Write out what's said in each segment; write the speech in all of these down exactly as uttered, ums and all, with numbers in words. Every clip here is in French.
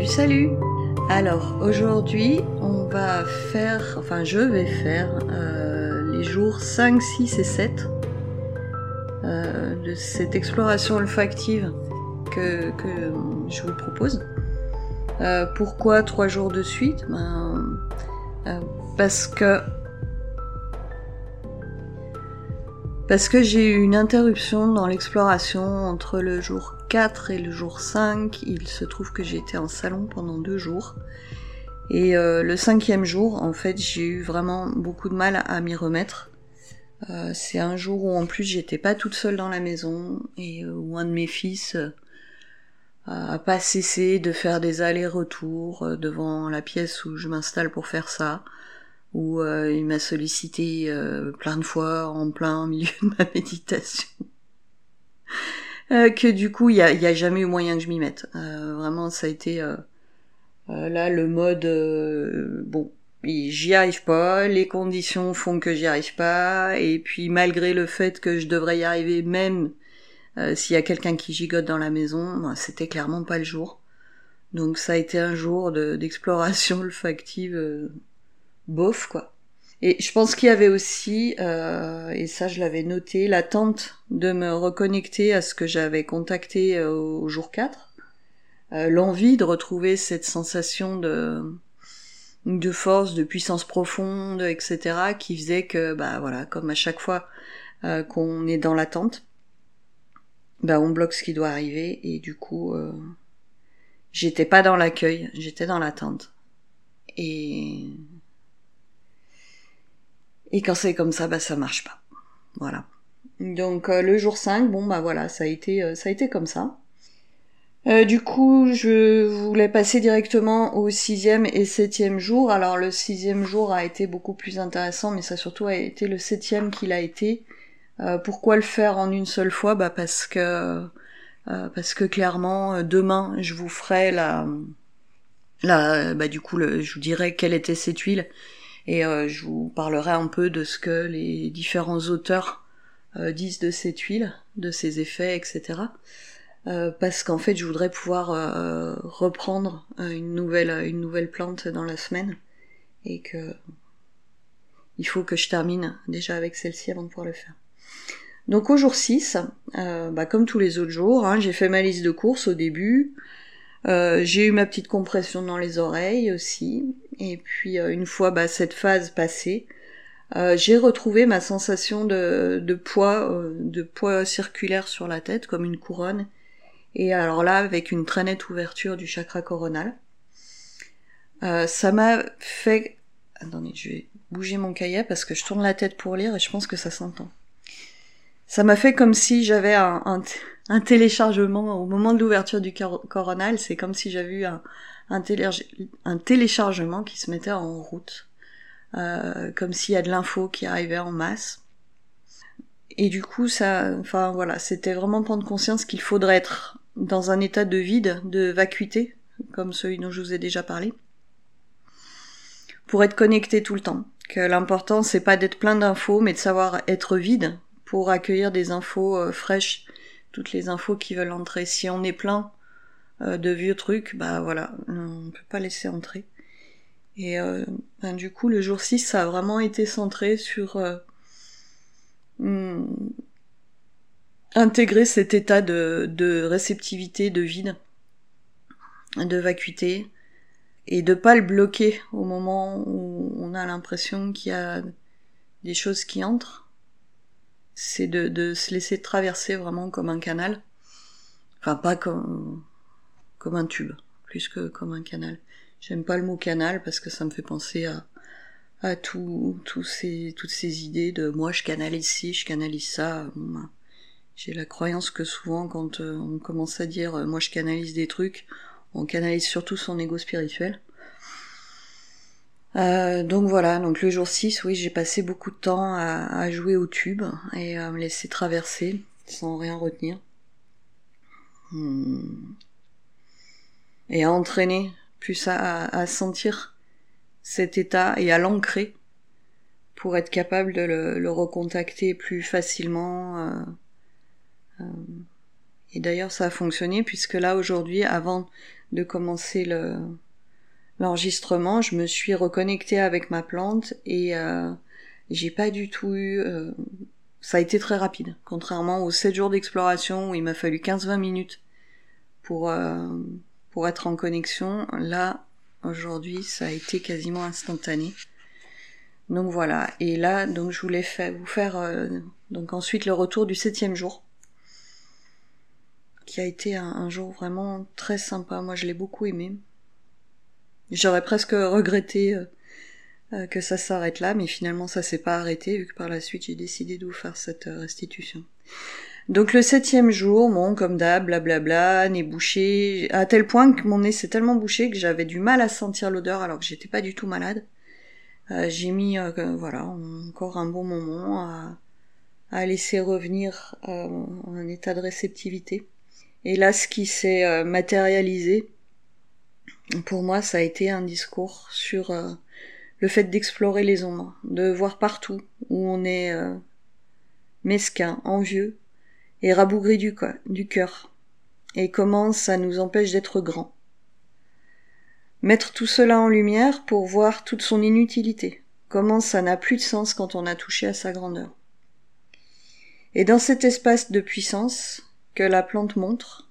Salut, salut! Alors, aujourd'hui, on va faire, enfin je vais faire euh, les jours cinq, six et sept euh, de cette exploration olfactive que, que je vous propose. Euh, pourquoi trois jours de suite? Ben, euh, parce que Parce que j'ai eu une interruption dans l'exploration entre le jour quatre et le jour cinq. Il se trouve que j'ai été en salon pendant deux jours. Et euh, le cinquième jour, en fait, j'ai eu vraiment beaucoup de mal à m'y remettre. Euh, c'est un jour où en plus j'étais pas toute seule dans la maison et euh, où un de mes fils euh, a pas cessé de faire des allers-retours euh, devant la pièce où je m'installe pour faire ça. Où euh, il m'a sollicité euh, plein de fois en plein milieu de ma méditation. euh, que du coup, il y a, y a jamais eu moyen que je m'y mette. Euh, vraiment, ça a été euh, euh, là le mode euh, bon, j'y arrive pas, les conditions font que j'y arrive pas, et puis malgré le fait que je devrais y arriver même euh, s'il y a quelqu'un qui gigote dans la maison, ben, c'était clairement pas le jour. Donc ça a été un jour de, d'exploration olfactive euh, bof quoi. Et je pense qu'il y avait aussi, euh, et ça je l'avais noté, l'attente de me reconnecter à ce que j'avais contacté euh, au jour quatre. Euh, l'envie de retrouver cette sensation de, de force, de puissance profonde, et cetera, qui faisait que, bah voilà, comme à chaque fois euh, qu'on est dans l'attente, bah on bloque ce qui doit arriver, et du coup, euh, j'étais pas dans l'accueil, j'étais dans l'attente. Et... Et quand c'est comme ça, bah ça marche pas. Voilà. Donc euh, le jour cinq, bon bah voilà, ça a été euh, ça a été comme ça. Euh, du coup, je voulais passer directement au sixième et septième jour. Alors le sixième jour a été beaucoup plus intéressant, mais ça surtout a été le septième qu'il a été. Euh, pourquoi le faire en une seule fois? Bah parce que euh, parce que clairement demain je vous ferai la la bah du coup le, je vous dirai quelle était cette huile. Et euh, je vous parlerai un peu de ce que les différents auteurs euh, disent de cette huile, de ses effets, et cetera. Euh, parce qu'en fait, je voudrais pouvoir euh, reprendre une nouvelle, une nouvelle plante dans la semaine. Et que il faut que je termine déjà avec celle-ci avant de pouvoir le faire. Donc au jour six, euh, bah, comme tous les autres jours, hein, j'ai fait ma liste de courses au début. Euh, j'ai eu ma petite compression dans les oreilles aussi, et puis euh, une fois bah, cette phase passée, euh, j'ai retrouvé ma sensation de, de poids, euh, de poids circulaire sur la tête, comme une couronne, et alors là avec une très nette ouverture du chakra coronal. Euh, ça m'a fait... Attendez, je vais bouger mon cahier parce que je tourne la tête pour lire et je pense que ça s'entend. Ça m'a fait comme si j'avais un, un, un téléchargement au moment de l'ouverture du cor- coronal, c'est comme si j'avais eu un, un, télé- un téléchargement qui se mettait en route, euh, comme s'il y a de l'info qui arrivait en masse. Et du coup, ça, enfin voilà, c'était vraiment prendre conscience qu'il faudrait être dans un état de vide, de vacuité, comme celui dont je vous ai déjà parlé, pour être connecté tout le temps. Que l'important, c'est pas d'être plein d'infos, mais de savoir être vide, pour accueillir des infos euh, fraîches, toutes les infos qui veulent entrer. Si on est plein euh, de vieux trucs, bah voilà, on peut pas laisser entrer. Et euh, ben, du coup, le jour six, ça a vraiment été centré sur euh, hum, intégrer cet état de, de réceptivité, de vide, de vacuité, et de pas le bloquer au moment où on a l'impression qu'il y a des choses qui entrent. C'est de, de se laisser traverser vraiment comme un canal. Enfin, pas comme, comme un tube, plus que comme un canal. J'aime pas le mot canal parce que ça me fait penser à, à tout, tout ces, toutes ces idées de moi je canalise ci, je canalise ça. Bon, ben, j'ai la croyance que souvent quand euh, on commence à dire euh, moi je canalise des trucs, on canalise surtout son ego spirituel. Euh, donc voilà, donc le jour six, oui, j'ai passé beaucoup de temps à, à jouer au tube et à me laisser traverser sans rien retenir. Hmm. Et à entraîner, plus à, à sentir cet état et à l'ancrer pour être capable de le, le recontacter plus facilement euh, euh, Et d'ailleurs ça a fonctionné puisque là aujourd'hui, avant de commencer le l'enregistrement, je me suis reconnectée avec ma plante et euh, j'ai pas du tout eu... Euh, ça a été très rapide, contrairement aux sept jours d'exploration où il m'a fallu quinze à vingt minutes pour, euh, pour être en connexion. Là, aujourd'hui, ça a été quasiment instantané. Donc voilà, et là, donc je voulais fa- vous faire euh, donc ensuite le retour du septième jour, qui a été un, un jour vraiment très sympa. Moi, je l'ai beaucoup aimé. J'aurais presque regretté euh, euh, que ça s'arrête là, mais finalement ça s'est pas arrêté, vu que par la suite j'ai décidé de vous faire cette euh, restitution. Donc le septième jour, bon, comme d'hab, blablabla, nez bouché, à tel point que mon nez s'est tellement bouché que j'avais du mal à sentir l'odeur alors que j'étais pas du tout malade. Euh, j'ai mis, euh, voilà, encore un bon moment à, à laisser revenir euh, un état de réceptivité. Et là, ce qui s'est euh, matérialisé, pour moi, ça a été un discours sur euh, le fait d'explorer les ombres, de voir partout où on est euh, mesquin, envieux et rabougri du, co- du cœur, et comment ça nous empêche d'être grands. Mettre tout cela en lumière pour voir toute son inutilité, comment ça n'a plus de sens quand on a touché à sa grandeur. Et dans cet espace de puissance que la plante montre,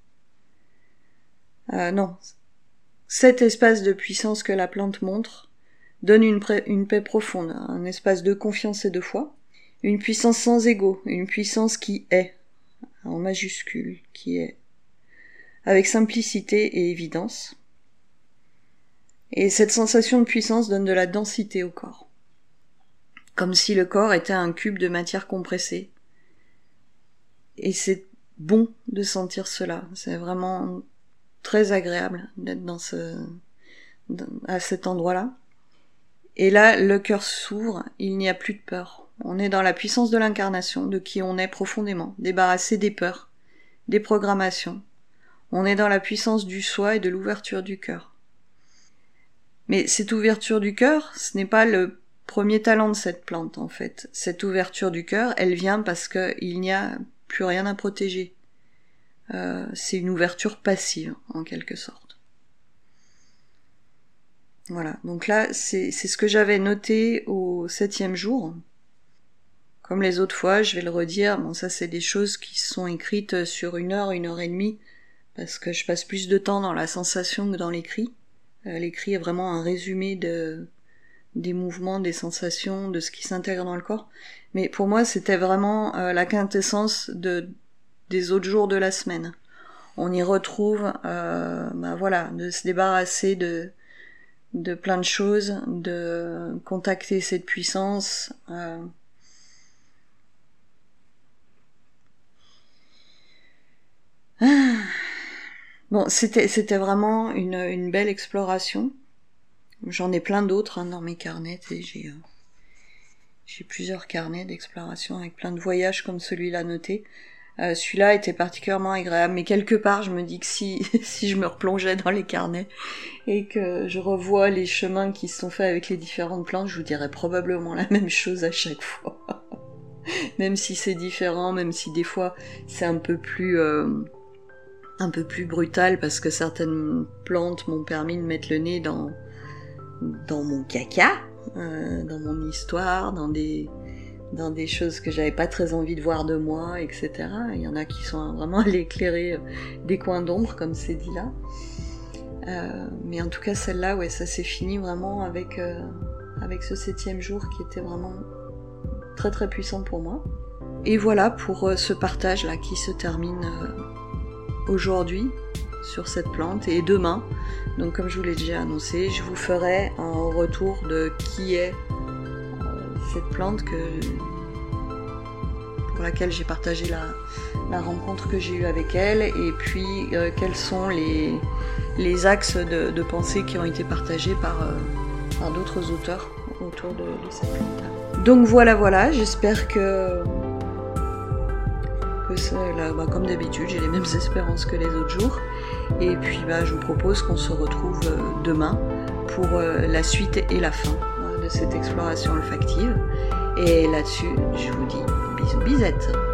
euh, non, cet espace de puissance que la plante montre donne une, pré- une paix profonde, un espace de confiance et de foi, une puissance sans ego, une puissance qui est, en majuscule, qui est, avec simplicité et évidence. Et cette sensation de puissance donne de la densité au corps, comme si le corps était un cube de matière compressée. Et c'est bon de sentir cela, c'est vraiment très agréable d'être dans ce, à cet endroit-là. Et là, le cœur s'ouvre, il n'y a plus de peur. On est dans la puissance de l'incarnation, de qui on est profondément, débarrassé des peurs, des programmations. On est dans la puissance du soi et de l'ouverture du cœur. Mais cette ouverture du cœur, ce n'est pas le premier talent de cette plante, en fait. Cette ouverture du cœur, elle vient parce qu'il n'y a plus rien à protéger. Euh, c'est une ouverture passive, en quelque sorte. Voilà, donc là, c'est, c'est ce que j'avais noté au septième jour. Comme les autres fois, je vais le redire, bon ça c'est des choses qui sont écrites sur une heure, une heure et demie, parce que je passe plus de temps dans la sensation que dans l'écrit. Euh, l'écrit est vraiment un résumé de, des mouvements, des sensations, de ce qui s'intègre dans le corps. Mais pour moi, c'était vraiment euh, la quintessence de, des autres jours de la semaine. On y retrouve, euh, bah voilà, de se débarrasser de de plein de choses, de contacter cette puissance. Euh... Ah. Bon, c'était c'était vraiment une une belle exploration. J'en ai plein d'autres hein, dans mes carnets. Et j'ai euh, j'ai plusieurs carnets d'exploration avec plein de voyages comme celui-là noté. Euh, celui-là était particulièrement agréable, mais quelque part je me dis que si si je me replongeais dans les carnets et que je revois les chemins qui se sont faits avec les différentes plantes, je vous dirais probablement la même chose à chaque fois. Même si c'est différent, même si des fois c'est un peu plus euh, un peu plus brutal parce que certaines plantes m'ont permis de mettre le nez dans dans mon caca, euh, dans mon histoire, dans des dans des choses que j'avais pas très envie de voir de moi, et cetera. Il y en a qui sont vraiment allés éclairer des coins d'ombre, comme c'est dit là. Euh, mais en tout cas, celle-là, ouais, ça s'est fini vraiment avec, euh, avec ce septième jour qui était vraiment très très puissant pour moi. Et voilà pour euh, ce partage-là qui se termine euh, aujourd'hui sur cette plante et demain. Donc comme je vous l'ai déjà annoncé, je vous ferai un retour de qui est cette plante que pour laquelle j'ai partagé la, la rencontre que j'ai eue avec elle et puis euh, quels sont les, les axes de, de pensée qui ont été partagés par, euh, par d'autres auteurs autour de, de cette plante. Donc voilà voilà, j'espère que, que ça, là, bah, comme d'habitude j'ai les mêmes espérances que les autres jours et puis bah, je vous propose qu'on se retrouve demain pour euh, la suite et la fin de cette exploration olfactive. Et là-dessus, je vous dis bisous bisettes.